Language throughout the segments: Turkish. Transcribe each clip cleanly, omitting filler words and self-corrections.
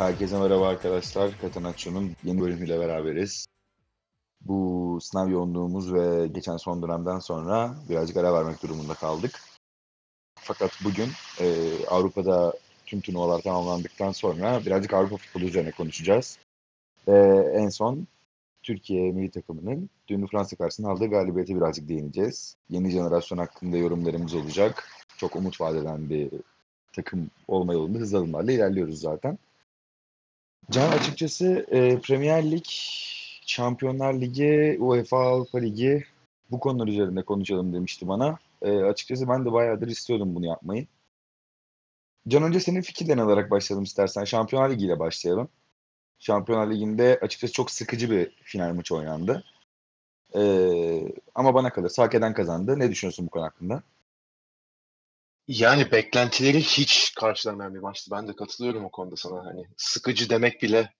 Herkese merhaba arkadaşlar. Catenaccio'nun yeni bölümüyle beraberiz. Bu sınav yoğunluğumuz ve geçen son dönemden sonra birazcık ara vermek durumunda kaldık. Fakat bugün Avrupa'da tüm turnuvalar tamamlandıktan sonra birazcık Avrupa futbolu üzerine konuşacağız. En son Türkiye milli takımının dün Fransa karşısında aldığı galibiyete birazcık değineceğiz. Yeni jenerasyon hakkında yorumlarımız olacak. Çok umut vaat eden bir takım olma yolunda hızlı adımlarla ilerliyoruz zaten. Can açıkçası Premier Lig, Şampiyonlar Ligi, UEFA Avrupa Ligi bu konular üzerinde konuşalım demişti bana. Açıkçası ben de bayağıdır istiyordum bunu yapmayı. Can önce senin fikirlerini alarak başlayalım istersen. Şampiyonlar Ligi ile başlayalım. Şampiyonlar Ligi'nde açıkçası çok sıkıcı bir final maçı oynandı. Ama bana kalırsa hak eden kazandı. Ne düşünüyorsun bu konu hakkında? Yani beklentileri hiç karşılamayan bir maçtı. Ben de katılıyorum o konuda sana. Hani sıkıcı demek bile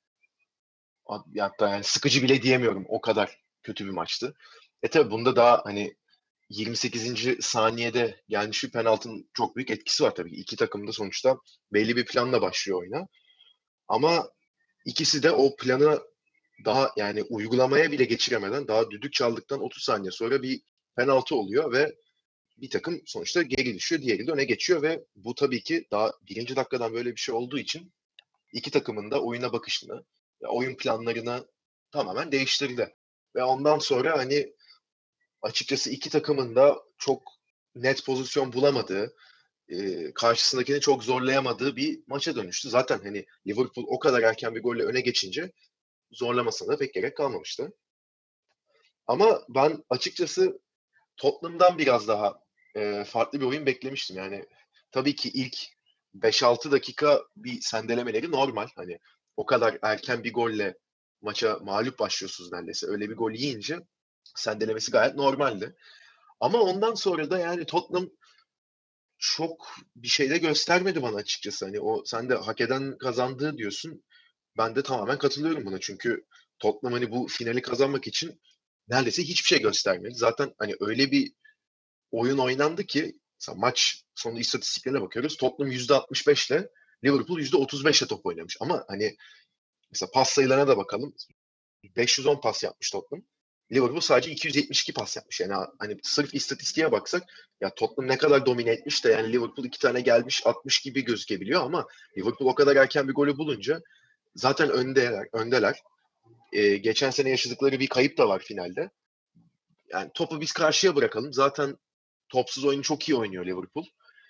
hatta yani sıkıcı bile diyemiyorum. O kadar kötü bir maçtı. Tabii bunda daha hani 28. saniyede gelmiş bir penaltının çok büyük etkisi var tabii ki. İki takım da sonuçta belli bir planla başlıyor oyuna. Ama ikisi de o planı daha yani uygulamaya bile geçiremeden daha düdük çaldıktan 30 saniye sonra bir penaltı oluyor ve bir takım sonuçta geri düşüyor, diğeri de öne geçiyor ve bu tabii ki daha birinci dakikadan böyle bir şey olduğu için iki takımın da oyuna bakışını, oyun planlarını tamamen değiştirdi. Ve ondan sonra hani açıkçası iki takımın da çok net pozisyon bulamadığı, karşısındakini çok zorlayamadığı bir maça dönüştü. Zaten hani Liverpool o kadar erken bir golle öne geçince zorlamasına da pek gerek kalmamıştı. Ama ben açıkçası Tottenham'dan biraz daha farklı bir oyun beklemiştim. Yani tabii ki ilk 5-6 dakika bir sendelemeleri normal. Hani o kadar erken bir golle maça mağlup başlıyorsunuz neredeyse. Öyle bir gol yiyince sendelemesi gayet normaldi. Ama ondan sonra da yani Tottenham çok bir şey de göstermedi bana açıkçası. Hani o sen de hak eden kazandığı diyorsun. Ben de tamamen katılıyorum buna. Çünkü Tottenham hani bu finali kazanmak için neredeyse hiçbir şey göstermedi. Zaten hani öyle bir oyun oynandı ki mesela maç sonu istatistiklerine bakıyoruz. Tottenham %65 ile Liverpool %35 ile top oynamış. Ama hani mesela pas sayılarına da bakalım. 510 pas yapmış Tottenham. Liverpool sadece 272 pas yapmış. Yani hani sırf istatistiğe baksak ya Tottenham ne kadar domine etmiş de yani Liverpool iki tane gelmiş 60 gibi gözükebiliyor ama Liverpool o kadar erken bir golü bulunca zaten öndeler. Geçen sene yaşadıkları bir kayıp da var finalde. Yani topu biz karşıya bırakalım. Zaten topsuz oyunu çok iyi oynuyor Liverpool.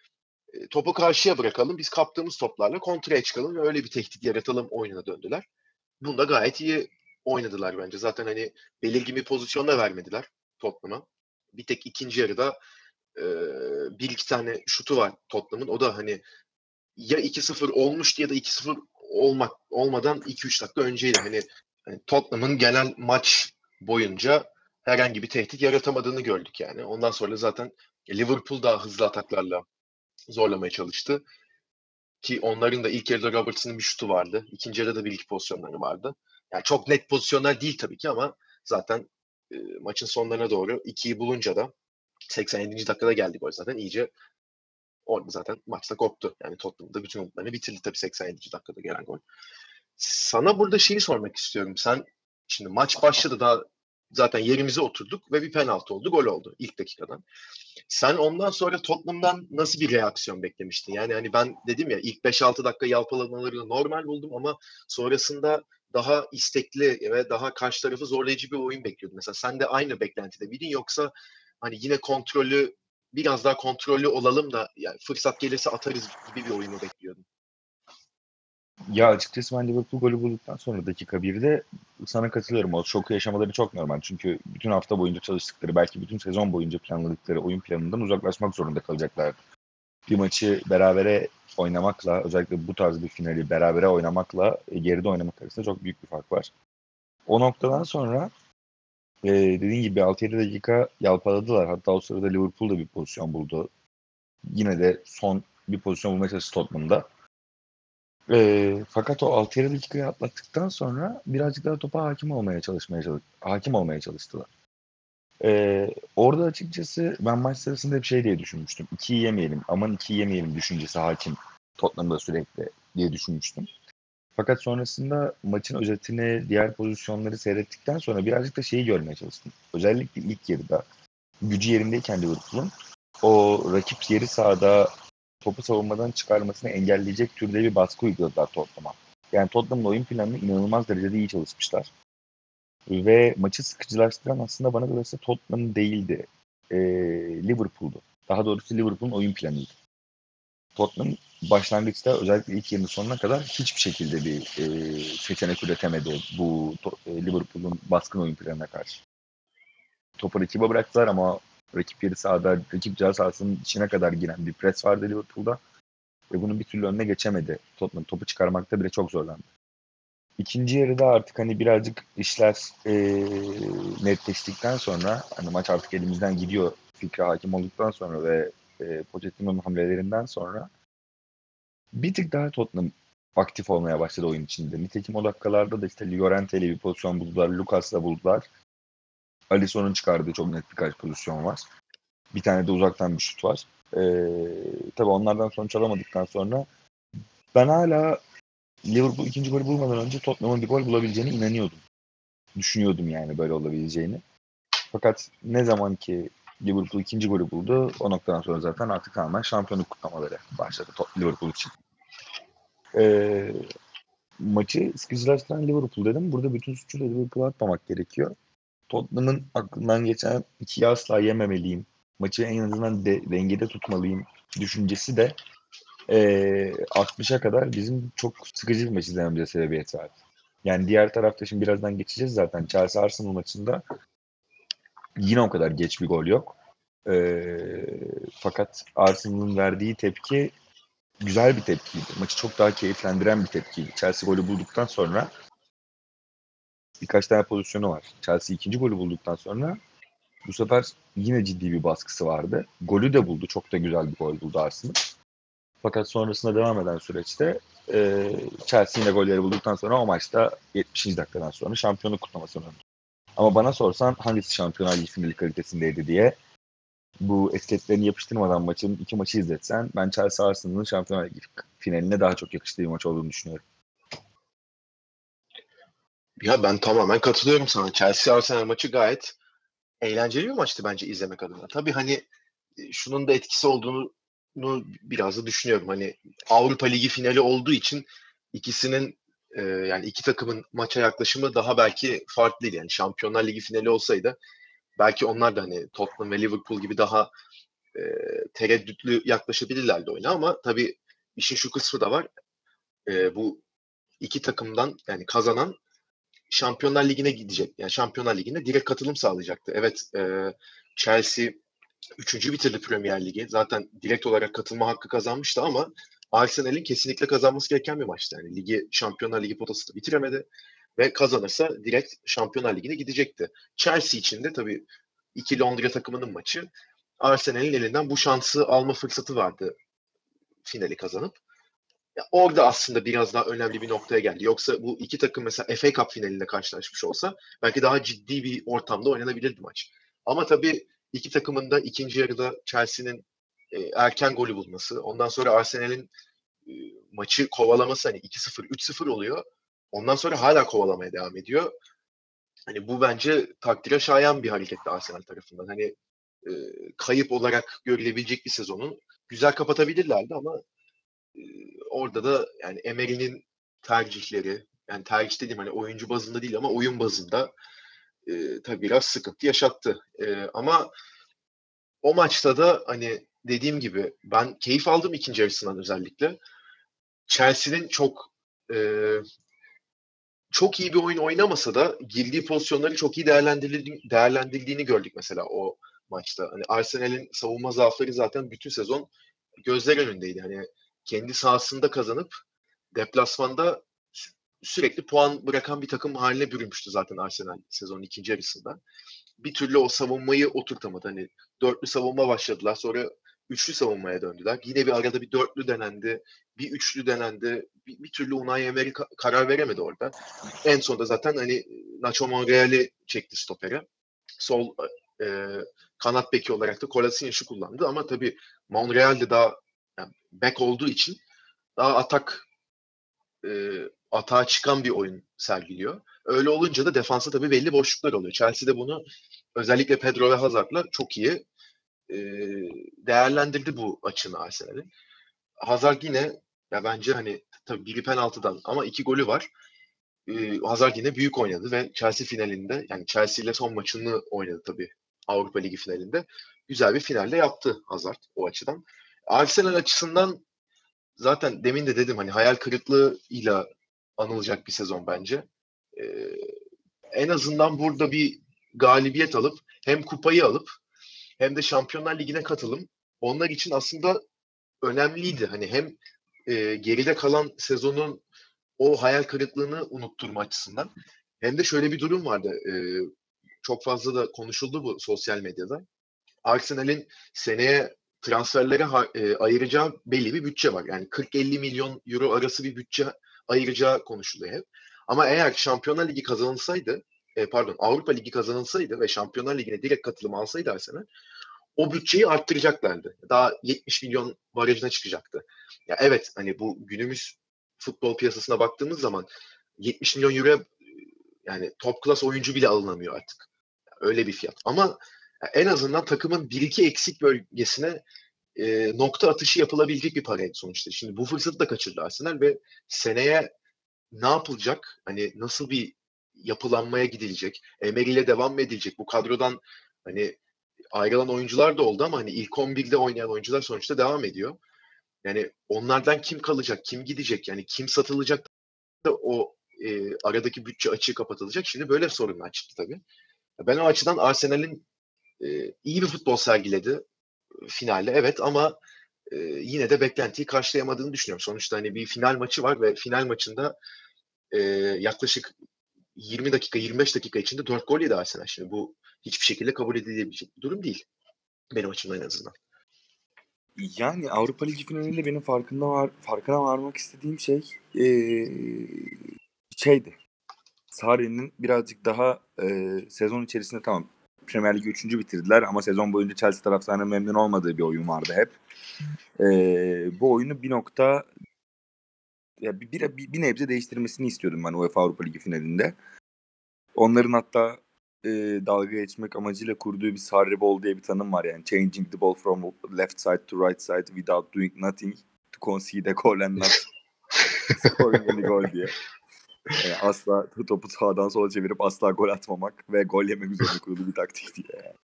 Topu karşıya bırakalım. Biz kaptığımız toplarla kontraya çıkalım ve öyle bir tehdit yaratalım oyununa döndüler. Bunda gayet iyi oynadılar bence. Zaten hani belirgin bir pozisyon da vermediler Tottenham'a. Bir tek ikinci yarıda e, bir iki tane şutu var Tottenham'ın. O da hani ya 2-0 olmuştu ya da 2-0 olmadan 2-3 dakika önceydi. Hani Tottenham'ın genel maç boyunca herhangi bir tehdit yaratamadığını gördük yani. Ondan sonra zaten Liverpool daha hızlı ataklarla zorlamaya çalıştı. Ki onların da ilk yarıda Robertson'ın bir şutu vardı. İkinci yarıda da bir iki pozisyonları vardı. Yani çok net pozisyonlar değil tabii ki ama zaten maçın sonlarına doğru 2'yi bulunca da 87. dakikada geldi gol zaten. İyice orada zaten maçta koptu. Yani Tottenham'da bütün umutlarını bitirdi tabii 87. dakikada gelen gol. Sana burada şeyi sormak istiyorum. Sen şimdi maç başladı daha zaten yerimize oturduk ve bir penaltı oldu, gol oldu ilk dakikadan. Sen ondan sonra Tottenham'dan nasıl bir reaksiyon beklemiştin? Yani hani ben dedim ya ilk 5-6 dakika yalpalamalarını normal buldum ama sonrasında daha istekli ve daha karşı tarafı zorlayıcı bir oyun bekliyordum. Mesela sen de aynı beklentide miydin yoksa hani yine biraz daha kontrollü olalım da yani fırsat gelirse atarız gibi bir oyunu bekliyordun? Ya açıkçası ben Liverpool golü bulduktan sonra dakika 1'de sana katılıyorum. O şoku yaşamaları çok normal. Çünkü bütün hafta boyunca çalıştıkları, belki bütün sezon boyunca planladıkları oyun planından uzaklaşmak zorunda kalacaklar. Bir maçı berabere oynamakla, özellikle bu tarz bir finali berabere oynamakla geride oynamak arasında çok büyük bir fark var. O noktadan sonra dediğin gibi 6-7 dakika yalpaladılar. Hatta o sırada Liverpool da bir pozisyon buldu. Yine de son bir pozisyon bulmaya çalıştı Tottenham'da. Fakat o 6-7 dakikayı atlattıktan sonra birazcık daha topa hakim olmaya çalıştılar. Orada açıkçası ben maç sırasında hep şey diye düşünmüştüm. 2'yi yemeyelim, aman 2'yi yemeyelim düşüncesi hakim Tottenham'da sürekli diye düşünmüştüm. Fakat sonrasında maçın özetini, diğer pozisyonları seyrettikten sonra birazcık da şeyi görmeye çalıştım. Özellikle ilk yarıda gücü yerindeyken Liverpool'un o rakip yarı sahada topu savunmadan çıkarmasını engelleyecek türde bir baskı uyguladılar Tottenham'a. Yani Tottenham'ın oyun planını inanılmaz derecede iyi çalışmışlar. Ve maçı sıkıcılaştıran aslında bana göre Tottenham değildi. Liverpool'du. Daha doğrusu Liverpool'un oyun planıydı. Tottenham başlangıçta özellikle ilk yarının sonuna kadar hiçbir şekilde bir seçenek üretemedi bu Liverpool'un baskın oyun planına karşı. Topu rakibe bıraktılar ama rakip yarı sahada, rakip ceza sahasının içine kadar giren bir pres vardı Liverpool'da ve bunun bir türlü önüne geçemedi. Tottenham topu çıkarmakta bile çok zorlandı. İkinci yarıda artık hani birazcık işler netleştikten sonra hani maç artık elimizden gidiyor fikre hakim olduktan sonra ve Pochettino'nun hamlelerinden sonra bir tık daha Tottenham aktif olmaya başladı oyun içinde. Nitekim o dakikalarda da işte Llorente ile bir pozisyon buldular, Lucas'la buldular. Alisson'un çıkardığı çok net birkaç pozisyon var. Bir tane de uzaktan bir şut var. Tabii onlardan sonuç alamadıktan sonra ben hala Liverpool ikinci golü bulmadan önce Tottenham'ın bir gol bulabileceğine inanıyordum. Düşünüyordum yani böyle olabileceğini. Fakat ne zaman ki Liverpool ikinci golü buldu, o noktadan sonra zaten artık tamamen şampiyonluk kutlamaları başladı Liverpool için. Maçı sıkıcılaştıran Liverpool dedim. Burada bütün suçu da Liverpool'a atmamak gerekiyor. Tottenham'ın aklından geçen ikiyi asla yememeliyim. Maçı en azından dengede tutmalıyım düşüncesi de 60'a kadar bizim çok sıkıcı bir maç izlememize sebebiyet verdi. Yani diğer tarafta şimdi birazdan geçeceğiz zaten. Chelsea Arsenal maçında yine o kadar geç bir gol yok. Fakat Arsenal'ın verdiği tepki güzel bir tepkiydi. Maçı çok daha keyiflendiren bir tepkiydi. Chelsea golü bulduktan sonra birkaç tane pozisyonu var. Chelsea ikinci golü bulduktan sonra bu sefer yine ciddi bir baskısı vardı. Golü de buldu. Çok da güzel bir gol buldu Arsenal. Fakat sonrasında devam eden süreçte Chelsea yine golleri bulduktan sonra o maçta 70. dakikadan sonra şampiyonluk kutlamasını öndü. Ama bana sorsan hangisi Şampiyonlar Ligi finali kalitesindeydi diye bu etiketlerini yapıştırmadan maçın iki maçı izletsen ben Chelsea Arsenal'ın Şampiyonlar Ligi finaline daha çok yakıştığı bir maç olduğunu düşünüyorum. Ya ben tamamen katılıyorum sana. Chelsea Arsenal maçı gayet eğlenceli bir maçtı bence izlemek adına. Tabii hani şunun da etkisi olduğunu biraz da düşünüyorum. Hani Avrupa Ligi finali olduğu için ikisinin yani iki takımın maça yaklaşımı daha belki farklıydı. Yani Şampiyonlar Ligi finali olsaydı belki onlar da hani Tottenham ve Liverpool gibi daha e, tereddütlü yaklaşabilirlerdi oyuna ama tabii işin şu kısmı da var. Bu iki takımdan yani kazanan Şampiyonlar Ligi'ne gidecek. Yani Şampiyonlar Ligi'ne direkt katılım sağlayacaktı. Evet, Chelsea üçüncü bitirdi Premier Ligi. Zaten direkt olarak katılma hakkı kazanmıştı ama Arsenal'in kesinlikle kazanması gereken bir maçtı. Yani ligi Şampiyonlar Ligi potasını bitiremedi ve kazanırsa direkt Şampiyonlar Ligi'ne gidecekti. Chelsea için de tabii iki Londra takımının maçı. Arsenal'in elinden bu şansı alma fırsatı vardı finali kazanıp. Ya orada aslında biraz daha önemli bir noktaya geldi. Yoksa bu iki takım mesela FA Cup finalinde karşılaşmış olsa belki daha ciddi bir ortamda oynanabilirdi maç. Ama tabii iki takımın da ikinci yarıda Chelsea'nin erken golü bulması, ondan sonra Arsenal'in e, maçı kovalaması hani 2-0, 3-0 oluyor. Ondan sonra hala kovalamaya devam ediyor. Hani bu bence takdire şayan bir hareketti Arsenal tarafından. Hani e, kayıp olarak görülebilecek bir sezonu güzel kapatabilirlerdi ama orada da yani Emery'nin tercihleri yani tercih dediğim hani oyuncu bazında değil ama oyun bazında tabii biraz sıkıntı yaşattı. Ama o maçta da hani dediğim gibi ben keyif aldım ikinci yarısından özellikle. Chelsea'nin e, çok iyi bir oyun oynamasa da girdiği pozisyonları çok iyi değerlendirdiğini gördük mesela o maçta. Hani Arsenal'in savunma zaafları zaten bütün sezon gözler önündeydi. Hani kendi sahasında kazanıp deplasmanda sürekli puan bırakan bir takım haline bürünmüştü zaten Arsenal sezonun ikinci yarısında. Bir türlü o savunmayı oturtamadı. Hani dörtlü savunma başladılar. Sonra üçlü savunmaya döndüler. Yine bir arada bir dörtlü denendi. Bir üçlü denendi. Bir türlü Unai Emery karar veremedi orada. En sonunda zaten hani Nacho Monreal'i çekti stopere. Sol e, kanat beki olarak da Kolasinacs'ı kullandı. Ama tabii Monreal de daha yani bek olduğu için daha atak atağa çıkan bir oyun sergiliyor. Öyle olunca da defansa tabii belli boşluklar oluyor. Chelsea de bunu özellikle Pedro ve Hazard'la çok iyi e, değerlendirdi bu açını Arsenal'in. Hazard yine ya bence hani tabii biri penaltıdan ama 2 golü var. Hazard yine büyük oynadı ve Chelsea finalinde yani Chelsea ile son maçını oynadı tabii Avrupa Ligi finalinde. Güzel bir finalde yaptı Hazard o açıdan. Arsenal açısından zaten demin de dedim hani hayal kırıklığıyla anılacak bir sezon bence. Ee, En azından burada bir galibiyet alıp hem kupayı alıp hem de Şampiyonlar Ligi'ne katılım onlar için aslında önemliydi. Hani hem geride kalan sezonun o hayal kırıklığını unutturma açısından hem de şöyle bir durum vardı. Çok fazla da konuşuldu bu sosyal medyada. Arsenal'in seneye transferlere ayıracağı belli bir bütçe var. Yani 40-50 milyon euro arası bir bütçe ayıracağı konuşuluyor hep. Ama eğer Şampiyonlar Ligi kazanılsaydı, Avrupa Ligi kazanılsaydı ve Şampiyonlar Ligi'ne direkt katılım alsaydı Arsenal, o bütçeyi arttıracaklardı. Daha 70 milyon barajına çıkacaktı. Ya evet hani bu günümüz futbol piyasasına baktığımız zaman 70 milyon euro yani top class oyuncu bile alınamıyor artık. Öyle bir fiyat. Ama en azından takımın bir iki eksik bölgesine nokta atışı yapılabilecek bir paraydı sonuçta. Şimdi bu fırsatı da kaçırdı Arsenal ve seneye ne yapılacak? Hani nasıl bir yapılanmaya gidilecek? Emery ile devam mı edilecek? Bu kadrodan hani ayrılan oyuncular da oldu ama hani ilk 11'de oynayan oyuncular sonuçta devam ediyor. Yani onlardan kim kalacak, kim gidecek, yani kim satılacak da o aradaki bütçe açığı kapatılacak. Şimdi böyle sorunlar çıktı tabii. Ben o açıdan Arsenal'in iyi bir futbol sergiledi finalde evet ama yine de beklentiyi karşılayamadığını düşünüyorum. Sonuçta hani bir final maçı var ve final maçında yaklaşık 20 dakika 25 dakika içinde 4 gol yedi Arsenal. Şimdi bu hiçbir şekilde kabul edilebilecek bir durum değil. Benim açımdan en azından. Yani Avrupa Ligi finalinde benim farkına varmak istediğim şey şeydi. Sarri'nin birazcık daha sezon içerisinde tamam Premier Ligi 3. bitirdiler ama sezon boyunca Chelsea taraftarının memnun olmadığı bir oyun vardı hep. Bu oyunu bir nokta ya bir nebze değiştirmesini istiyordum ben UEFA Avrupa Ligi finalinde. Onların hatta dalga geçmek amacıyla kurduğu bir Sarri Ball diye bir tanım var yani. Changing the ball from left side to right side without doing nothing to concede a goal and not scoring any goal diye. Yani asla topu sağdan sola çevirip asla gol atmamak ve gol yemek üzerine kurulu bir taktik diye. Yani.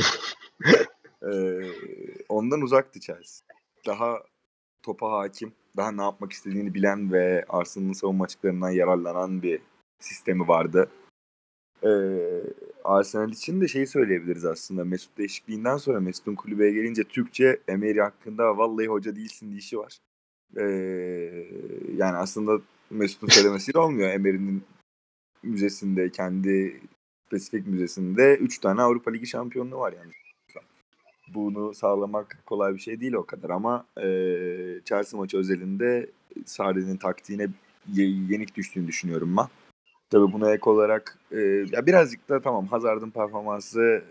Ondan uzaktı Chelsea. Daha topa hakim, daha ne yapmak istediğini bilen ve Arsenal'ın savunma açıklarından yararlanan bir sistemi vardı. Arsenal için de şeyi söyleyebiliriz aslında. Mesut değişikliğinden sonra Mesut'un kulübeye gelince Türkçe Emery hakkında vallahi hoca değilsin diyişi var. Yani aslında Mesut'un söylemesiyle olmuyor. Emery'nin müzesinde, kendi spesifik müzesinde 3 tane Avrupa Ligi şampiyonluğu var yani. Bunu sağlamak kolay bir şey değil o kadar ama Chelsea maçı özelinde Sarri'nin taktiğine yenik düştüğünü düşünüyorum ben. Tabii buna ek olarak ya birazcık da tamam Hazard'ın performansı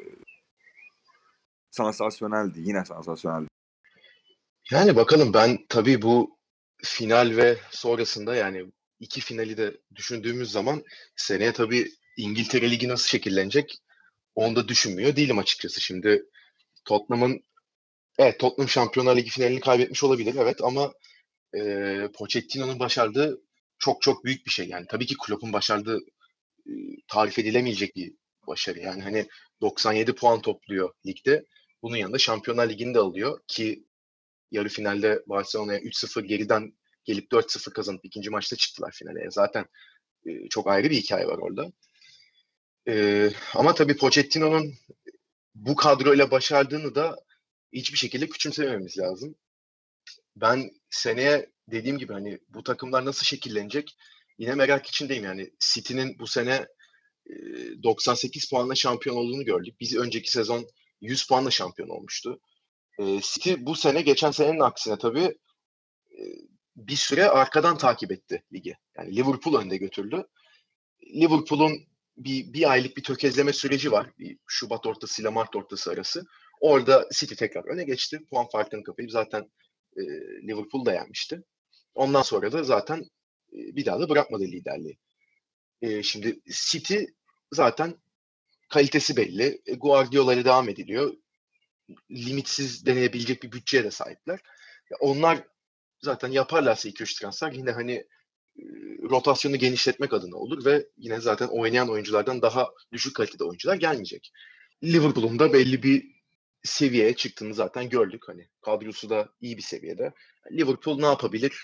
sansasyoneldi. Yine sansasyoneldi. Yani bakalım ben tabii bu final ve sonrasında yani 2 finali de düşündüğümüz zaman seneye tabii İngiltere Ligi nasıl şekillenecek onu da düşünmüyor değilim açıkçası. Şimdi Tottenham'ın Tottenham Şampiyonlar Ligi finalini kaybetmiş olabilir evet ama Pochettino'nun başardığı çok çok büyük bir şey. Yani tabii ki Klopp'un başardığı e, tarif edilemeyecek bir başarı. Yani hani 97 puan topluyor ligde. Bunun yanında Şampiyonlar Ligi'ni de alıyor ki yarı finalde Barcelona'ya 3-0 geriden gelip 4-0 kazanıp ikinci maçta çıktılar finale. Zaten çok ayrı bir hikaye var orada. Ama tabii Pochettino'nun bu kadroyla başardığını da hiçbir şekilde küçümsemememiz lazım. Ben seneye dediğim gibi hani bu takımlar nasıl şekillenecek yine merak içindeyim. Yani City'nin bu sene 98 puanla şampiyon olduğunu gördük. Biz önceki sezon 100 puanla şampiyon olmuştu. City bu sene geçen senenin aksine tabii e, bir süre arkadan takip etti ligi. Yani Liverpool önde götürdü. Liverpool'un bir aylık bir tökezleme süreci var. Bir Şubat ortasıyla Mart ortası arası. Orada City tekrar öne geçti. Puan farkını kapayıp zaten Liverpool da yenmişti. Ondan sonra da zaten bir daha da bırakmadı liderliği. Şimdi City zaten kalitesi belli. Guardiola ile devam ediliyor. Limitsiz deneyebilecek bir bütçeye de sahipler. Onlar zaten yaparlarsa 2-3 transfer yine hani rotasyonu genişletmek adına olur ve yine zaten oynayan oyunculardan daha düşük kalitede oyuncular gelmeyecek. Liverpool'un da belli bir seviyeye çıktığını zaten gördük. Hani kadrosu da iyi bir seviyede. Liverpool ne yapabilir?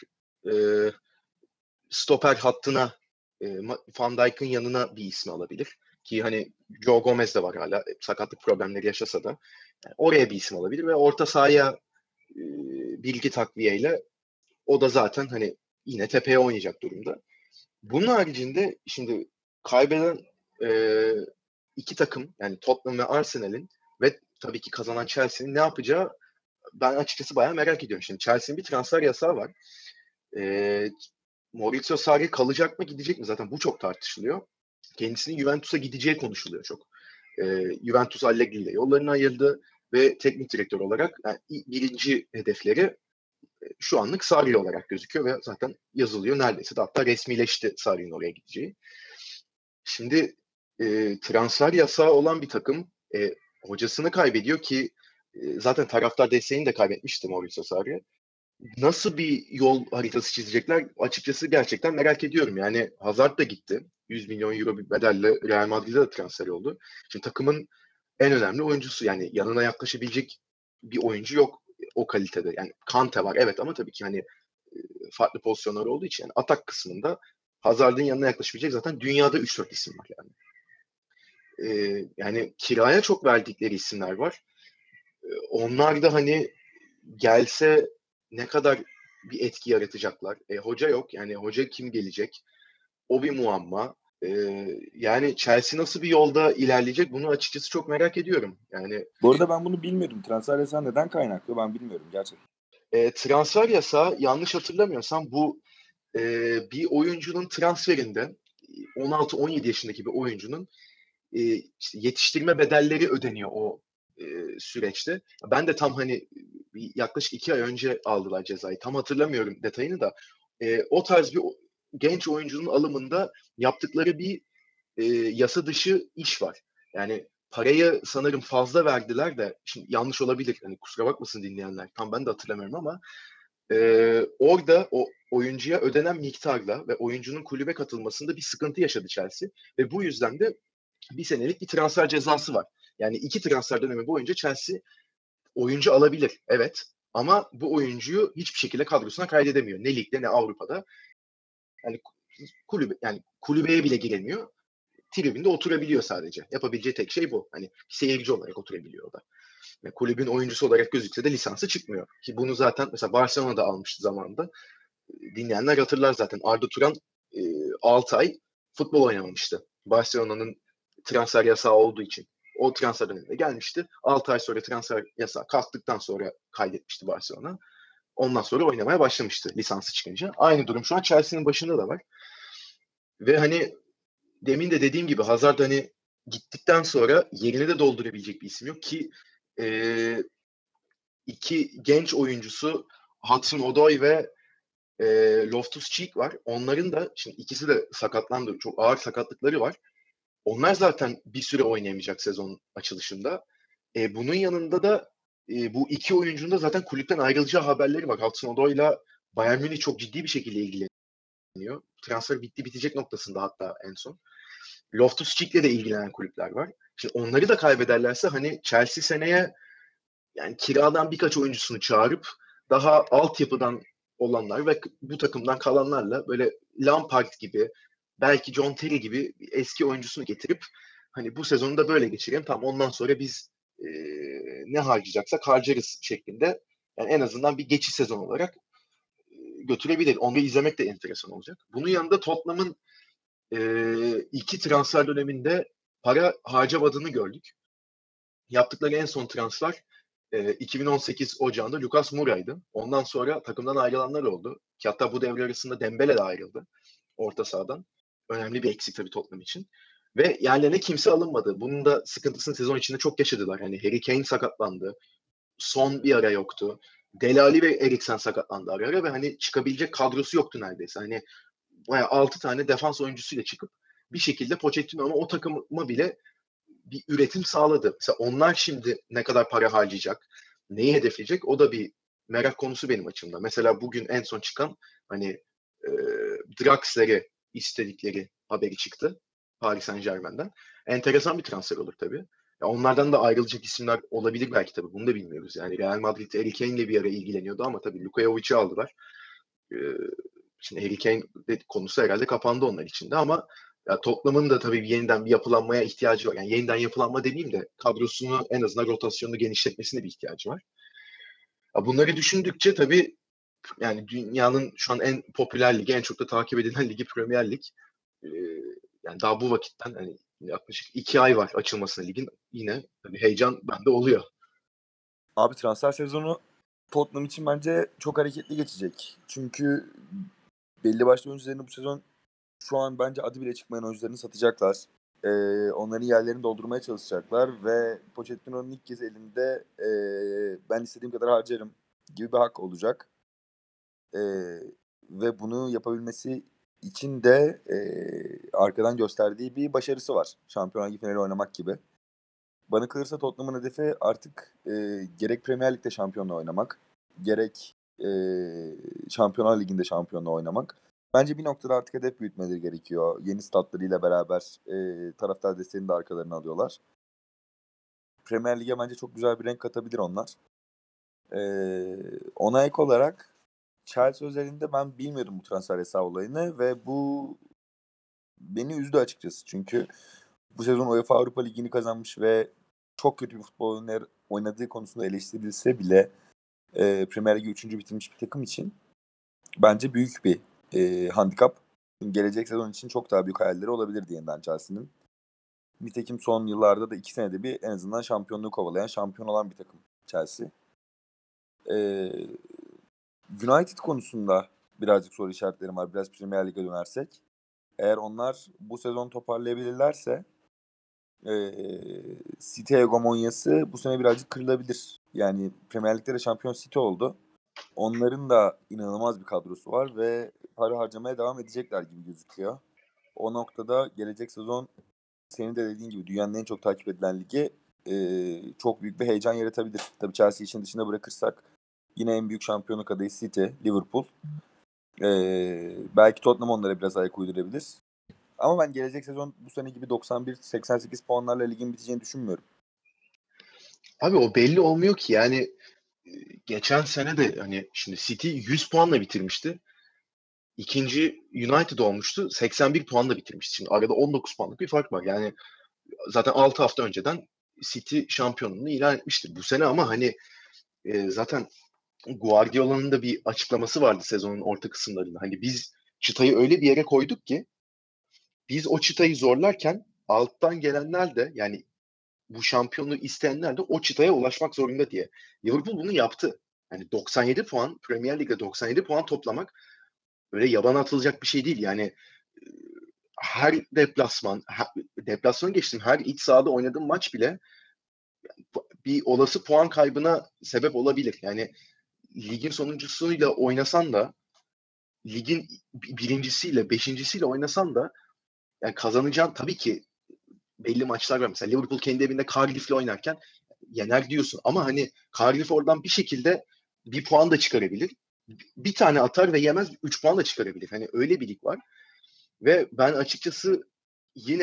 Stoper hattına Van Dijk'ın yanına bir ismi alabilir. Ki hani Joe Gomez de var hala. Sakatlık problemleri yaşasa da. Yani oraya bir isim alabilir ve orta sahaya bir iki takviyeyle o da zaten hani yine tepeye oynayacak durumda. Bunun haricinde şimdi kaybeden e, iki takım yani Tottenham ve Arsenal'in ve tabii ki kazanan Chelsea'nin ne yapacağı ben açıkçası bayağı merak ediyorum. Şimdi Chelsea'nin bir transfer yasağı var. E, Maurizio Sarri kalacak mı gidecek mi? Zaten bu çok tartışılıyor. Kendisinin Juventus'a gideceği konuşuluyor çok. Juventus Allegri ile yollarını ayırdı ve teknik direktör olarak yani birinci hedefleri şu anlık Sarri olarak gözüküyor ve zaten yazılıyor neredeyse de hatta resmileşti Sarri'nin oraya gideceği. Şimdi transfer yasağı olan bir takım hocasını kaybediyor ki zaten taraftar desteğini de kaybetmişti Maurizio Sarri. Nasıl bir yol haritası çizecekler açıkçası gerçekten merak ediyorum. Yani Hazard da gitti. 100 milyon euro bir bedelle Real Madrid'e de transfer oldu. Şimdi takımın en önemli oyuncusu yani yanına yaklaşabilecek bir oyuncu yok o kalitede. Yani Kante var evet ama tabii ki hani farklı pozisyonlar olduğu için yani atak kısmında Hazard'ın yanına yaklaşabilecek zaten dünyada 3-4 isim var yani. Yani kiraya çok verdikleri isimler var. Onlar da hani gelse ne kadar bir etki yaratacaklar. Hoca yok. Yani hoca kim gelecek? O bir muamma. Yani Chelsea nasıl bir yolda ilerleyecek bunu açıkçası çok merak ediyorum. Yani Bu arada ben bunu bilmiyordum. Transfer yasağı neden kaynaklı ben bilmiyorum gerçekten. transfer yasağı yanlış hatırlamıyorsam bu bir oyuncunun transferinde 16-17 yaşındaki bir oyuncunun işte yetiştirme bedelleri ödeniyor o süreçte. Ben de tam hani yaklaşık 2 ay önce aldılar cezayı. Tam hatırlamıyorum detayını da. O tarz bir genç oyuncunun alımında yaptıkları bir yasa dışı iş var. Yani parayı sanırım fazla verdiler de şimdi yanlış olabilir. Hani kusura bakmasın dinleyenler. Tam ben de hatırlamıyorum ama orada o oyuncuya ödenen miktarla ve oyuncunun kulübe katılmasında bir sıkıntı yaşadı Chelsea ve bu yüzden de bir senelik bir transfer cezası var. Yani 2 transfer dönemi boyunca Chelsea oyuncu alabilir. Evet. Ama bu oyuncuyu hiçbir şekilde kadrosuna kaydedemiyor. Ne ligde ne Avrupa'da. Yani kulübeye bile giremiyor. Tribünde oturabiliyor sadece. Yapabileceği tek şey bu. Hani seyirci olarak oturabiliyor o da. Yani kulübün oyuncusu olarak gözükse de lisansı çıkmıyor. Ki bunu zaten mesela Barcelona'da almıştı zamanında. Dinleyenler hatırlar zaten. Arda Turan 6 ay futbol oynamamıştı. Barcelona'nın transfer yasağı olduğu için. O transfer döneminde gelmişti. 6 ay sonra transfer yasağı kalktıktan sonra kaydetmişti Barcelona. Ondan sonra oynamaya başlamıştı lisansı çıkınca. Aynı durum şu an Chelsea'nin başında da var. Ve hani demin de dediğim gibi Hazard hani gittikten sonra yerini de doldurabilecek bir isim yok ki iki genç oyuncusu Hudson-Odoi ve Loftus-Cheek var. Onların da şimdi ikisi de sakatlandı. Çok ağır sakatlıkları var. Onlar zaten bir süre oynayamayacak sezon açılışında. Bunun yanında da bu iki oyuncunun da zaten kulüpten ayrılacağı haberleri var. Hudson-Odoi'la Bayern Münih çok ciddi bir şekilde ilgileniyor. Transfer bitecek noktasında hatta en son. Loftus-Cheek'le de ilgilenen kulüpler var. Şimdi onları da kaybederlerse hani Chelsea seneye yani kiradan birkaç oyuncusunu çağırıp daha altyapıdan olanlar ve bu takımdan kalanlarla böyle Lampard gibi belki John Terry gibi eski oyuncusunu getirip hani bu sezonu da böyle geçirelim. Tamam ondan sonra biz ne harcayacaksak harcarız şeklinde. Yani en azından bir geçiş sezon olarak götürebilir. Onu izlemek de enteresan olacak. Bunun yanında Tottenham'ın iki transfer döneminde para harcamadığını gördük. Yaptıkları en son transfer 2018 Ocağı'nda Lucas Moura'ydı. Ondan sonra takımdan ayrılanlar oldu. Ki hatta bu devre arasında Dembele de ayrıldı orta sahadan. Önemli bir eksik tabii Tottenham için. Ve yerlerine kimse alınmadı. Bunun da sıkıntısını sezon içinde çok yaşadılar. Hani Harry Kane sakatlandı. Son bir ara yoktu. Delali ve Eriksen sakatlandı ara ara ve hani çıkabilecek kadrosu yoktu neredeyse. Hani yani 6 tane defans oyuncusuyla çıkıp bir şekilde Pochettino ama o takıma bile bir üretim sağladı. Mesela onlar şimdi ne kadar para harcayacak, neyi hedefleyecek o da bir merak konusu benim açımdan. Mesela bugün en son çıkan hani e, Draxler'i istedikleri haberi çıktı Paris Saint-Germain'den. Enteresan bir transfer olur tabii. Ya onlardan da ayrılacak isimler olabilir belki tabii. Bunu da bilmiyoruz. Yani Real Madrid Harry Kane'le bir ara ilgileniyordu ama tabii Luka Jovic'i aldılar. Ee, Şimdi Harry Kane konusu herhalde kapandı onlar için de ama ya Tottenham'ın da tabii yeniden bir yapılanmaya ihtiyacı var. Yani yeniden yapılanma demeyeyim de kadrosunu en azından rotasyonunu genişletmesine bir ihtiyacı var. Ya bunları düşündükçe tabii yani dünyanın şu an en popüler ligi, en çok da takip edilen ligi Premier Lig. Ee, Yani daha bu vakitten hani yaklaşık 2 ay var açılmasına ligin. Yine tabii heyecan bende oluyor. Abi transfer sezonu Tottenham için bence çok hareketli geçecek. Çünkü belli başlı oyuncularını bu sezon şu an bence adı bile çıkmayan oyuncularını satacaklar. Onların yerlerini doldurmaya çalışacaklar ve Pochettino'nun ilk kez elinde ben istediğim kadar harcarım gibi bir hak olacak. Ve bunu yapabilmesi için de arkadan gösterdiği bir başarısı var. Şampiyonlar Ligi finali oynamak gibi. Bana kalırsa Tottenham'ın hedefi artık gerek Premier Lig'de şampiyonla oynamak, gerek Şampiyonlar Ligi'nde şampiyonla oynamak. Bence bir noktada artık hedef büyütmeleri gerekiyor. Yeni statlarıyla beraber taraftar desteğini de arkalarına alıyorlar. Premier Lig'e bence çok güzel bir renk katabilir onlar. Ona ek olarak Chelsea özelinde ben bilmiyordum bu transfer yasağı olayını ve bu beni üzdü açıkçası. Çünkü bu sezon UEFA Avrupa Ligi'ni kazanmış ve çok kötü bir futbol oynadığı konusunda eleştirilse bile Premier Ligi 3. bitirmiş bir takım için bence büyük bir handikap. Gelecek sezon için çok daha büyük hayalleri olabilir yeniden Chelsea'nin. Nitekim son yıllarda da 2 senede bir en azından şampiyonluğu kovalayan, şampiyon olan bir takım Chelsea. United konusunda birazcık soru işaretlerim var. Biraz Premier Lig'e dönersek. Eğer onlar bu sezon toparlayabilirlerse City hegemonyası bu sene birazcık kırılabilir. Yani Premier Lig'de de şampiyon City oldu. Onların da inanılmaz bir kadrosu var ve para harcamaya devam edecekler gibi gözüküyor. O noktada gelecek sezon senin de dediğin gibi dünyanın en çok takip edilen ligi çok büyük bir heyecan yaratabilir. Tabii Chelsea için dışında bırakırsak yine en büyük şampiyonluk adayı City, Liverpool. Belki Tottenham onlara biraz ayak uydurabilir. Ama ben gelecek sezon bu sene gibi 91-88 puanlarla ligin biteceğini düşünmüyorum. Abi o belli olmuyor ki yani geçen sene de hani şimdi City 100 puanla bitirmişti. İkinci United olmuştu. 81 puanla bitirmişti. Şimdi arada 19 puanlık bir fark var. Yani zaten 6 hafta önceden City şampiyonluğunu ilan etmiştir bu sene ama hani zaten Guardiola'nın da bir açıklaması vardı sezonun orta kısımlarında. Hani biz çıtayı öyle bir yere koyduk ki biz o çıtayı zorlarken alttan gelenler de yani bu şampiyonluğu isteyenler de o çıtaya ulaşmak zorunda diye. Liverpool bunu yaptı. Yani 97 puan, Premier Lig'de 97 puan toplamak öyle yabana atılacak bir şey değil. Yani her deplasman geçtim. Her iç sahada oynadığım maç bile bir olası puan kaybına sebep olabilir. Yani ligin sonuncusuyla oynasan da ligin birincisiyle, beşincisiyle oynasan da yani kazanacağın tabii ki belli maçlar var. Mesela Liverpool kendi evinde Cardiff'le oynarken yener diyorsun. Ama hani Cardiff oradan bir şekilde bir puan da çıkarabilir. Bir tane atar ve yemez 3 puan da çıkarabilir. Hani öyle bir lig var. Ve ben açıkçası yine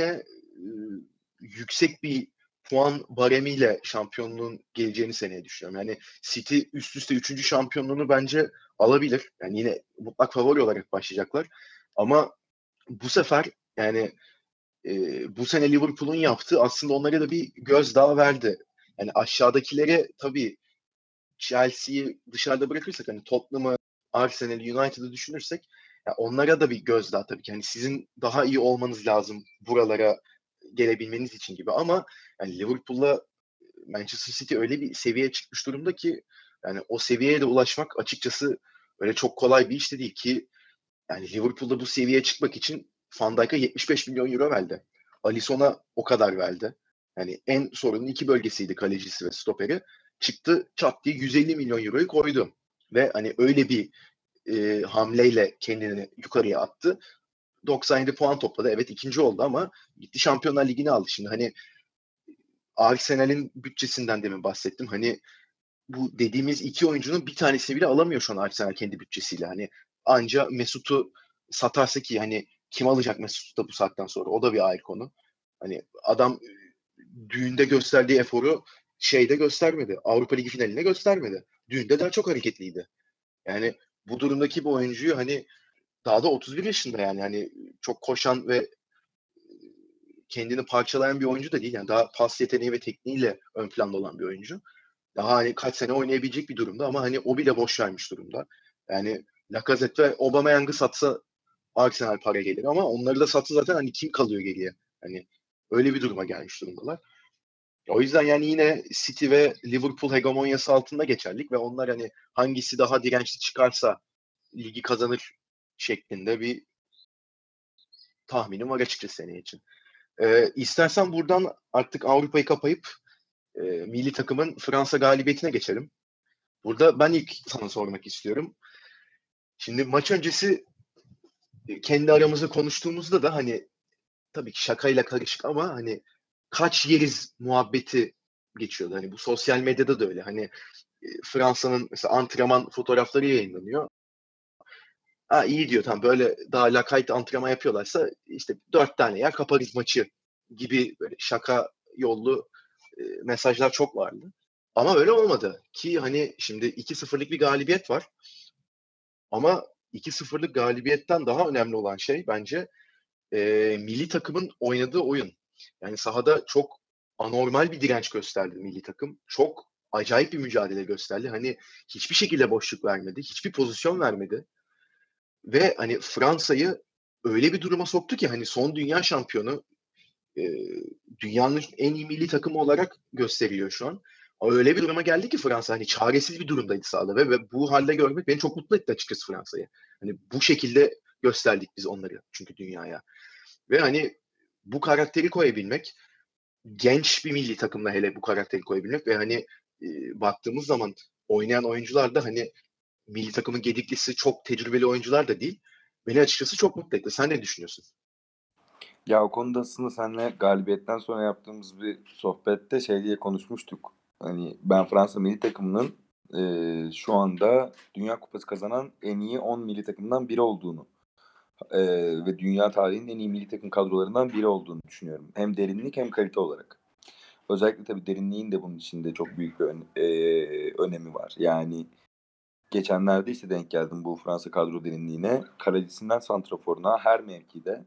yüksek bir puan baremiyle şampiyonluğun geleceğini seneye düşünüyorum. Yani City üst üste 3. şampiyonluğunu bence alabilir. Yani yine mutlak favori olarak başlayacaklar. Ama bu sefer yani bu sene Liverpool'un yaptığı aslında onlara da bir gözdağı verdi. Yani aşağıdakilere tabii Chelsea'yi dışarıda bırakırsak hani Tottenham'ı, Arsenal'i, United'ı düşünürsek ya onlara da bir gözdağı tabii ki. Yani sizin daha iyi olmanız lazım buralara gelebilmeniz için gibi ama yani Liverpool'la Manchester City öyle bir seviyeye çıkmış durumda ki yani o seviyeye de ulaşmak açıkçası öyle çok kolay bir iş de değil ki yani Liverpool'da bu seviyeye çıkmak için Van Dijk'a 75 milyon euro verdi. Alisson'a o kadar verdi. Yani en sorunun iki bölgesiydi kalecisi ve stoperi. Çıktı çat diye 150 milyon euroyu koydu. Ve hani öyle bir hamleyle kendini yukarıya attı. 97 puan topladı. Evet ikinci oldu ama gitti Şampiyonlar Ligi'ni aldı. Şimdi hani Arsenal'in bütçesinden demin bahsettim. Hani bu dediğimiz iki oyuncunun bir tanesini bile alamıyor şu an Arsenal kendi bütçesiyle. Hani anca Mesut'u satarsa ki hani kim alacak Mesut'u da bu saatten sonra? O da bir ayrı konu. Hani adam düğünde gösterdiği eforu şeyde göstermedi. Avrupa Ligi finaline göstermedi. Düğünde daha çok hareketliydi. Yani bu durumdaki bu oyuncuyu hani daha da 31 yaşında yani hani çok koşan ve kendini parçalayan bir oyuncu da değil. Yani daha pas yeteneği ve tekniğiyle ön planda olan bir oyuncu. Daha hani kaç sene oynayabilecek bir durumda ama hani o bile boş vermiş durumda. Yani Lacazette ve Aubameyang'ı satsa Arsenal para gelir ama onları da satsa zaten hani kim kalıyor geriye? Hani öyle bir duruma gelmiş durumdalar. O yüzden yani yine City ve Liverpool hegemonyası altında geçerlik ve onlar hani hangisi daha dirençli çıkarsa ligi kazanır şeklinde bir tahminim var açıkçası seneye için. İstersen buradan artık Avrupa'yı kapayıp milli takımın Fransa galibiyetine geçelim. Burada ben ilk sana sormak istiyorum. Şimdi maç öncesi kendi aramızda konuştuğumuzda da hani tabii ki şakayla karışık ama hani kaç yeriz muhabbeti geçiyordu. Hani bu sosyal medyada da öyle. Hani Fransa'nın mesela antrenman fotoğrafları yayınlanıyor. Ha iyi diyor tamam böyle daha lakayt antrenman yapıyorlarsa işte 4 tane yer kaparız maçı gibi böyle şaka yollu mesajlar çok vardı. Ama öyle olmadı ki hani şimdi 2-0'lık bir galibiyet var. Ama 2-0'lık galibiyetten daha önemli olan şey bence milli takımın oynadığı oyun. Yani sahada çok anormal bir direnç gösterdi milli takım. Çok acayip bir mücadele gösterdi. Hani hiçbir şekilde boşluk vermedi. Hiçbir pozisyon vermedi. Ve hani Fransa'yı öyle bir duruma soktu ki hani son dünya şampiyonu e, dünyanın en iyi milli takımı olarak gösteriliyor şu an. Öyle bir duruma geldi ki Fransa hani çaresiz bir durumdaydı sahada ve bu halde görmek beni çok mutlu etti açıkçası Fransa'yı. Hani bu şekilde gösterdik biz onları çünkü dünyaya. Ve hani bu karakteri koyabilmek, genç bir milli takımla hele bu karakteri koyabilmek ve hani baktığımız zaman oynayan oyuncular da hani milli takımın gediklisi çok tecrübeli oyuncular da değil. Beni açıkçası çok mutlu etti. Sen ne düşünüyorsun? Ya o konuda aslında seninle galibiyetten sonra yaptığımız bir sohbette şey diye konuşmuştuk. Hani ben Fransa milli takımının şu anda Dünya Kupası kazanan en iyi 10 milli takımdan biri olduğunu ve dünya tarihinin en iyi milli takım kadrolarından biri olduğunu düşünüyorum. Hem derinlik hem kalite olarak. Özellikle tabii derinliğin de bunun içinde çok büyük bir önemi var. Yani geçenlerde işte denk geldim bu Fransa kadro derinliğine. Kalecisinden santraforuna her mevkide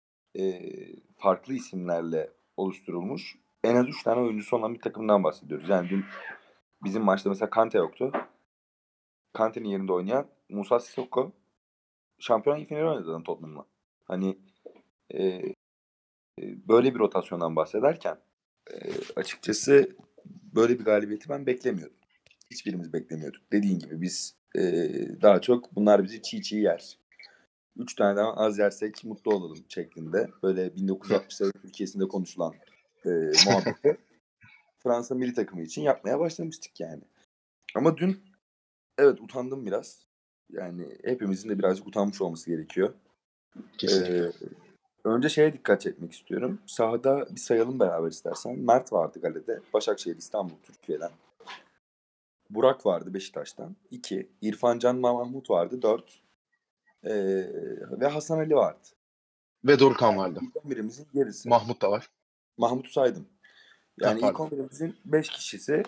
farklı isimlerle oluşturulmuş en az 3 tane oyuncusu olan bir takımdan bahsediyoruz. Yani dün bizim maçta mesela Kante yoktu. Kante'nin yerinde oynayan Musa Sissoko Şampiyonlar Ligi finali oynadı adam Tottenham'la. Hani e, böyle bir rotasyondan bahsederken açıkçası böyle bir galibiyeti ben beklemiyordum. Hiçbirimiz beklemiyorduk. Dediğin gibi biz daha çok bunlar bizi çiğ çiğ yer. 3 taneden az yersek mutlu olalım şeklinde. Böyle 1960'ların Türkiye'sinde konuşulan muhabbeti Fransa milli takımı için yapmaya başlamıştık yani. Ama dün evet utandım biraz. Yani hepimizin de birazcık utanmış olması gerekiyor. Kesinlikle. Önce şeye dikkat çekmek istiyorum. Sahada bir sayalım beraber istersen. Mert vardı kalede. Başakşehir İstanbul Türkiye'den. Burak vardı Beşiktaş'tan. 2. İrfan Can Mahmut vardı. 4. Ve Hasan Ali vardı. Ve Dorukhan vardı. İlk 11'imizin gerisi. Mahmut da var. Mahmut'u saydım. Heh, Yani ilk pardon. 11'imizin 5 kişisi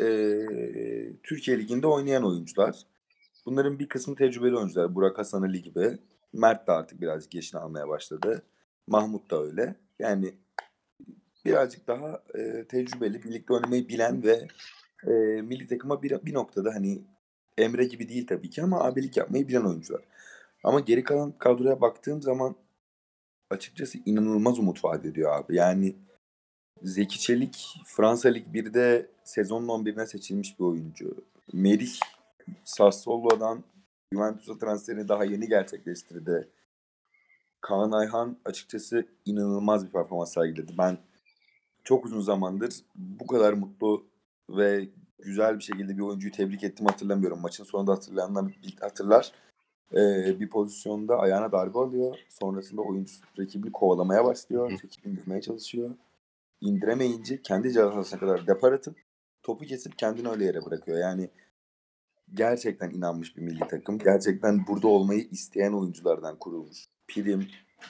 Türkiye Ligi'nde oynayan oyuncular. Bunların bir kısmı tecrübeli oyuncular. Burak Hasan Ali gibi. Mert de artık birazcık yaşını almaya başladı. Mahmut da öyle. Yani birazcık daha tecrübeli, birlikte oynamayı bilen ve milli takıma bir noktada hani Emre gibi değil tabii ki ama abilik yapmayı bilen oyuncular. Ama geri kalan kadroya baktığım zaman açıkçası inanılmaz umut vaat ediyor abi. Yani Zeki Çelik Fransa Lig 1'de sezonun 11'ine seçilmiş bir oyuncu. Merih Sassuolo'dan Juventus'a transferini daha yeni gerçekleştirdi. Kaan Ayhan açıkçası inanılmaz bir performans sergiledi. Ben çok uzun zamandır bu kadar mutlu ve güzel bir şekilde bir oyuncuyu tebrik ettim hatırlamıyorum. Maçın sonunda hatırlayanlar hatırlar. Bir pozisyonda ayağına darbe alıyor. Sonrasında oyuncu rakibini kovalamaya başlıyor. Çekip indirmeye çalışıyor. İndiremeyince kendi cezasına kadar depar atıp topu kesip kendini öyle yere bırakıyor. Yani gerçekten inanmış bir milli takım. Gerçekten burada olmayı isteyen oyunculardan kurulmuş. Prim,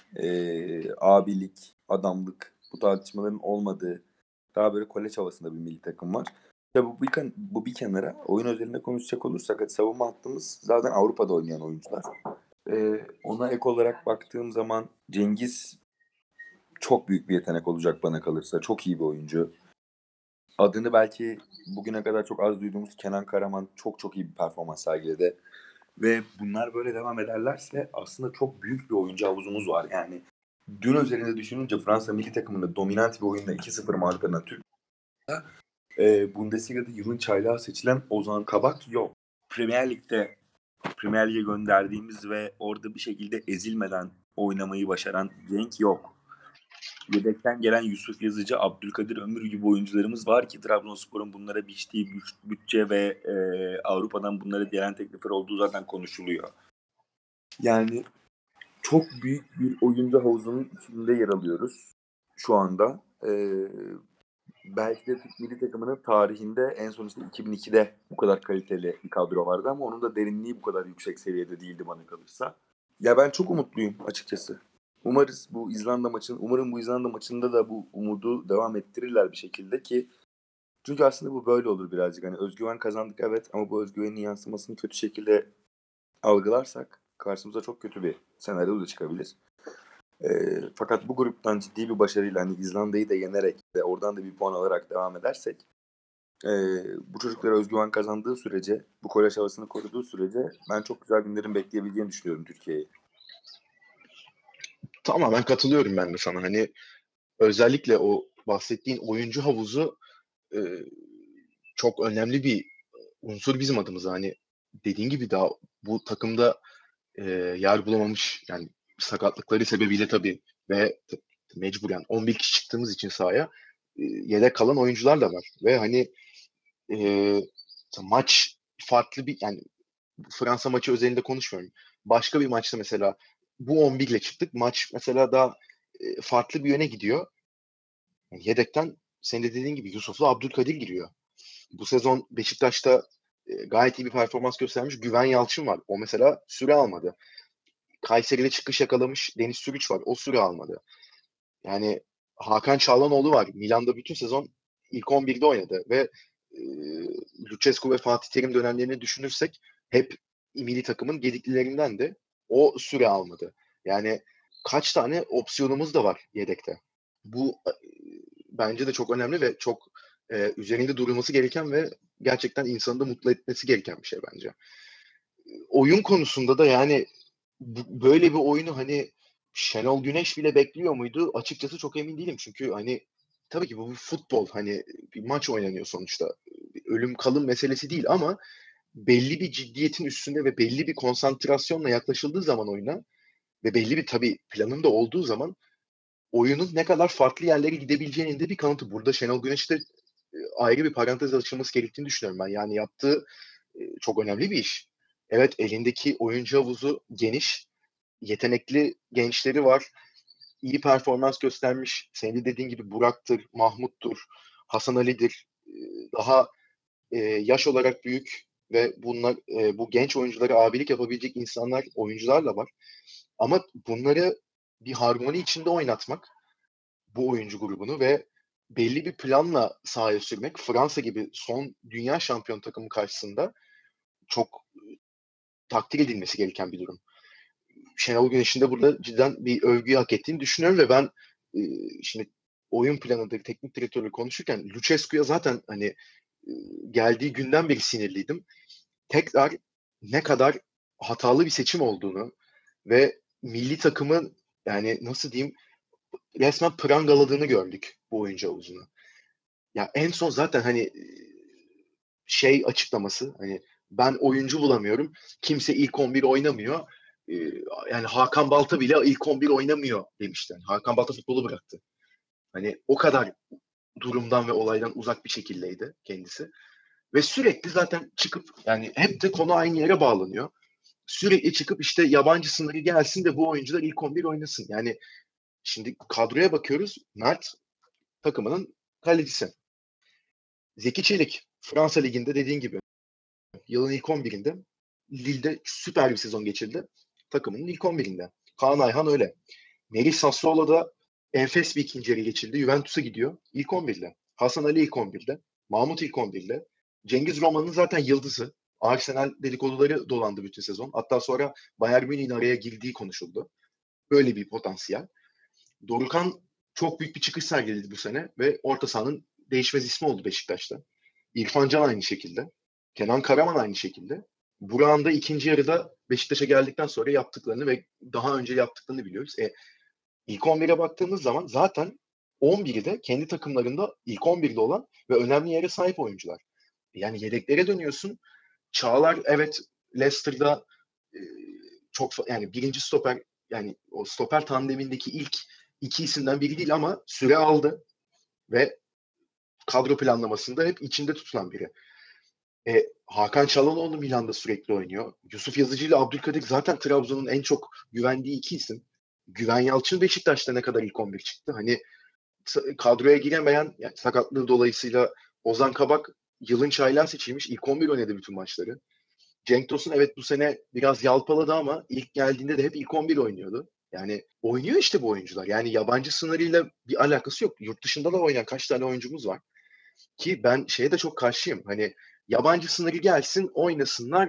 abilik, adamlık, bu tartışmaların olmadığı daha böyle kolej havasında bir milli takım var. Tabi bu bir kenara, oyun özelinde konuşacak olursak savunma hattımız zaten Avrupa'da oynayan oyuncular. Ona ek olarak baktığım zaman Cengiz çok büyük bir yetenek olacak bana kalırsa. Çok iyi bir oyuncu. Adını belki bugüne kadar çok az duyduğumuz Kenan Karaman çok çok iyi bir performans sergiledi. Ve bunlar böyle devam ederlerse aslında çok büyük bir oyuncu havuzumuz var. Yani dün üzerinde düşününce Fransa milli takımında dominant bir oyunda 2-0 mağlup eden Türkiye, Bundesliga'da yılın çaylağı seçilen Ozan Kabak yok. Premier Lig'e gönderdiğimiz ve orada bir şekilde ezilmeden oynamayı başaran Cenk yok. Yedekten gelen Yusuf Yazıcı, Abdülkadir Ömür gibi oyuncularımız var ki Trabzonspor'un bunlara biçtiği bütçe ve Avrupa'dan bunlara gelen teklifler olduğu zaten konuşuluyor. Yani çok büyük bir oyuncu havuzunun içinde yer alıyoruz şu anda. Belki de Türk milli takımının tarihinde en son işte 2002'de bu kadar kaliteli bir kadro vardı ama onun da derinliği bu kadar yüksek seviyede değildi bana kalırsa. Ya ben çok umutluyum açıkçası. Umarım bu İzlanda maçında da bu umudu devam ettirirler bir şekilde ki çünkü aslında bu böyle olur birazcık. Hani özgüven kazandık evet ama bu özgüvenin yansımasını kötü şekilde algılarsak karşımıza çok kötü bir senaryo da çıkabilir. Fakat bu gruptan ciddi bir başarıyla hani İzlanda'yı da yenerek ve oradan da bir puan alarak devam edersek bu çocuklara özgüven kazandığı sürece, bu kolej havasını koruduğu sürece ben çok güzel günlerin bekleyebileceğini düşünüyorum Türkiye'yi. Tamamen katılıyorum ben de sana. Hani özellikle o bahsettiğin oyuncu havuzu e, çok önemli bir unsur bizim adımıza. Hani dediğin gibi daha bu takımda yer bulamamış yani sakatlıkları sebebiyle tabii ve mecburen 11 kişi çıktığımız için sahaya yedek kalan oyuncular da var. Ve hani maç farklı bir yani Fransa maçı özelinde konuşmuyorum. Başka bir maçta mesela bu 11 ile çıktık. Maç mesela daha farklı bir yöne gidiyor. Yani yedekten senin de dediğin gibi Yusuf'la Abdülkadir giriyor. Bu sezon Beşiktaş'ta gayet iyi bir performans göstermiş Güven Yalçın var. O mesela süre almadı. Kayseri'de çıkış yakalamış Deniz Sürüç var. O süre almadı. Yani Hakan Çalhanoğlu var. Milan'da bütün sezon ilk 11'de oynadı ve e, Lucescu ve Fatih Terim dönemlerini düşünürsek hep milli takımın gediklilerinden de o süre almadı. Yani kaç tane opsiyonumuz da var yedekte. Bu bence de çok önemli ve çok üzerinde durulması gereken ve gerçekten insanı da mutlu etmesi gereken bir şey bence. Oyun konusunda da yani böyle bir oyunu hani Şenol Güneş bile bekliyor muydu? Açıkçası çok emin değilim. Çünkü hani tabii ki bu bir futbol. Hani bir maç oynanıyor sonuçta. Ölüm kalım meselesi değil ama belli bir ciddiyetin üstünde ve belli bir konsantrasyonla yaklaşıldığı zaman oyuna ve belli bir tabii planın da olduğu zaman oyunun ne kadar farklı yerlere gidebileceğinin de bir kanıtı. Burada Şenol Güneş'te ayrı bir parantez açılması gerektiğini düşünüyorum ben. Yani yaptığı çok önemli bir iş. Evet elindeki oyuncu havuzu geniş, yetenekli gençleri var. İyi performans göstermiş. Senin de dediğin gibi Burak'tır, Mahmut'tur, Hasan Ali'dir. Daha yaş olarak büyük ve bunlar bu genç oyunculara abilik yapabilecek insanlar, oyuncular da var. Ama bunları bir harmoni içinde oynatmak bu oyuncu grubunu ve belli bir planla sahaya sürmek Fransa gibi son dünya şampiyon takımı karşısında çok takdir edilmesi gereken bir durum. Şenol Güneş'in de burada cidden bir övgüyü hak ettiğini düşünüyorum ve ben e, şimdi oyun planında teknik direktörle konuşurken Lucescu'ya zaten hani geldiği günden beri sinirliydim. Tekrar ne kadar hatalı bir seçim olduğunu ve milli takımın yani nasıl diyeyim resmen prangaladığını gördük bu oyuncu havuzunu. Ya en son zaten hani şey açıklaması hani ben oyuncu bulamıyorum. Kimse ilk 11 oynamıyor. Ee, Yani Hakan Balta bile ilk 11 oynamıyor demişti. Yani Hakan Balta futbolu bıraktı. Hani o kadar durumdan ve olaydan uzak bir şekildeydi kendisi. Ve sürekli zaten çıkıp yani hep de konu aynı yere bağlanıyor. sürekli çıkıp işte yabancı sınırı gelsin de bu oyuncular ilk 11 oynasın. Yani şimdi kadroya bakıyoruz. Mert takımının kalecisi. Zeki Çelik Fransa Ligi'nde dediğin gibi yılın ilk 11'inde Lille'de süper bir sezon geçirdi. Takımının ilk 11'inde. Kaan Ayhan öyle. Melih Sassuolo da enfes bir ikinci yarı geçirdi. Juventus'a gidiyor. İlk 11'de. Hasan Ali ilk 11'de. Mahmut ilk 11'de. Cengiz Roman'ın zaten yıldızı. Arsenal dedikoduları dolandı bütün sezon. Hatta sonra Bayern Münih'in araya girdiği konuşuldu. Böyle bir potansiyel. Dorukhan çok büyük bir çıkış sergiledi bu sene ve orta sahanın değişmez ismi oldu Beşiktaş'ta. İrfan Can aynı şekilde. Kenan Karaman aynı şekilde. Burak'ın da ikinci yarıda Beşiktaş'a geldikten sonra yaptıklarını ve daha önce yaptıklarını biliyoruz. İlk 11'e baktığımız zaman zaten 11'i de kendi takımlarında ilk 11'de olan ve önemli yere sahip oyuncular. Yani yedeklere dönüyorsun. Çağlar evet Leicester'da e, yani birinci stoper, yani o stoper tandemindeki ilk iki isimden biri değil ama süre aldı ve kadro planlamasında hep içinde tutulan biri. Hakan Çalhanoğlu Milan'da sürekli oynuyor. Yusuf Yazıcı ile Abdülkadir zaten Trabzon'un en çok güvendiği iki isim. Güven Yalçın Beşiktaş'ta ne kadar ilk 11 çıktı. Hani kadroya giremeyen, yani sakatlığı dolayısıyla Ozan Kabak yılın çaylağı seçilmiş. İlk 11 oynadı bütün maçları. Cenk Tosun evet bu sene biraz yalpaladı ama ilk geldiğinde de hep ilk 11 oynuyordu. Yani oynuyor işte bu oyuncular. Yani yabancı sınırıyla bir alakası yok. Yurt dışında da oynayan kaç tane oyuncumuz var. Ki ben şeye de çok karşıyım. Hani yabancı sınırı gelsin, oynasınlar,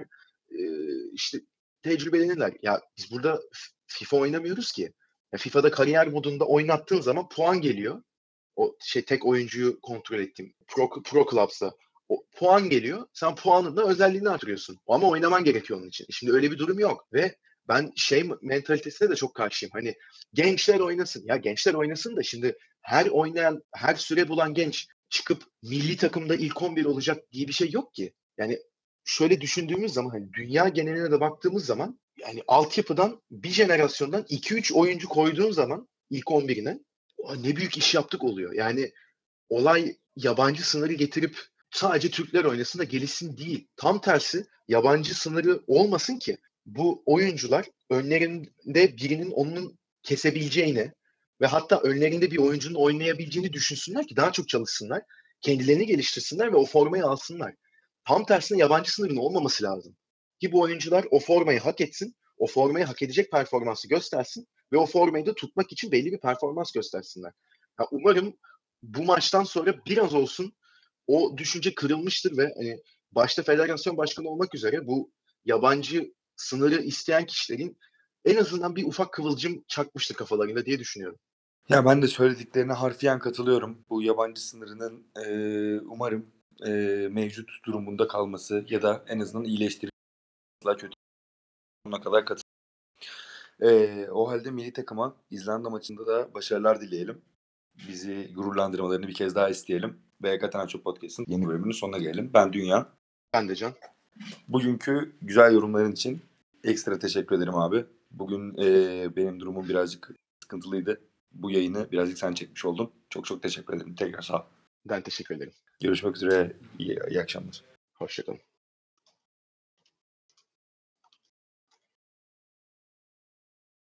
işte tecrübelenirler. Ya biz burada FIFA oynamıyoruz ki. Ya FIFA'da kariyer modunda oynattığın zaman puan geliyor. O tek oyuncuyu kontrol ettiğim Pro Clubs'ta o puan geliyor. Sen puanınla özelliğini artırıyorsun. Ama oynaman gerekiyor onun için. Şimdi öyle bir durum yok ve ben mentalitesine de çok karşıyım. Hani gençler oynasın. Ya gençler oynasın da şimdi her oynayan, her süre bulan genç çıkıp milli takımda ilk 11 olacak diye bir şey yok ki. Yani şöyle düşündüğümüz zaman hani dünya geneline de baktığımız zaman yani altyapıdan bir jenerasyondan 2-3 oyuncu koyduğun zaman ilk 11'ine ne büyük iş yaptık oluyor. Yani olay yabancı sınırı getirip sadece Türkler oynasın da gelişsin değil. Tam tersi yabancı sınırı olmasın ki bu oyuncular önlerinde birinin onun kesebileceğini ve hatta önlerinde bir oyuncunun oynayabileceğini düşünsünler ki daha çok çalışsınlar, kendilerini geliştirsinler ve o formayı alsınlar. Tam tersine yabancı sınırın olmaması lazım. Ki bu oyuncular o formayı hak etsin, o formayı hak edecek performansı göstersin ve o formayı da tutmak için belli bir performans göstersinler. Ya umarım bu maçtan sonra biraz olsun o düşünce kırılmıştır ve hani başta federasyon başkanı olmak üzere bu yabancı sınırı isteyen kişilerin en azından bir ufak kıvılcım çakmıştır kafalarında diye düşünüyorum. Ya ben de söylediklerine harfiyen katılıyorum. Bu yabancı sınırının umarım mevcut durumunda kalması ya da en azından iyileştirilmesi kötü sonuna kadar o halde milli takıma İzlanda maçında da başarılar dileyelim. Bizi gururlandırmalarını bir kez daha isteyelim. Ve Katanaço Podcast'ın yeni bölümünün sonuna gelelim. Ben Dünya. Ben de Can. Bugünkü güzel yorumların için ekstra teşekkür ederim abi. Bugün benim durumum birazcık sıkıntılıydı. Bu yayını birazcık sen çekmiş oldun. Çok çok teşekkür ederim. Tekrar sağ ol. Ben teşekkür ederim. Görüşmek üzere. İyi akşamlar. Hoşçakalın.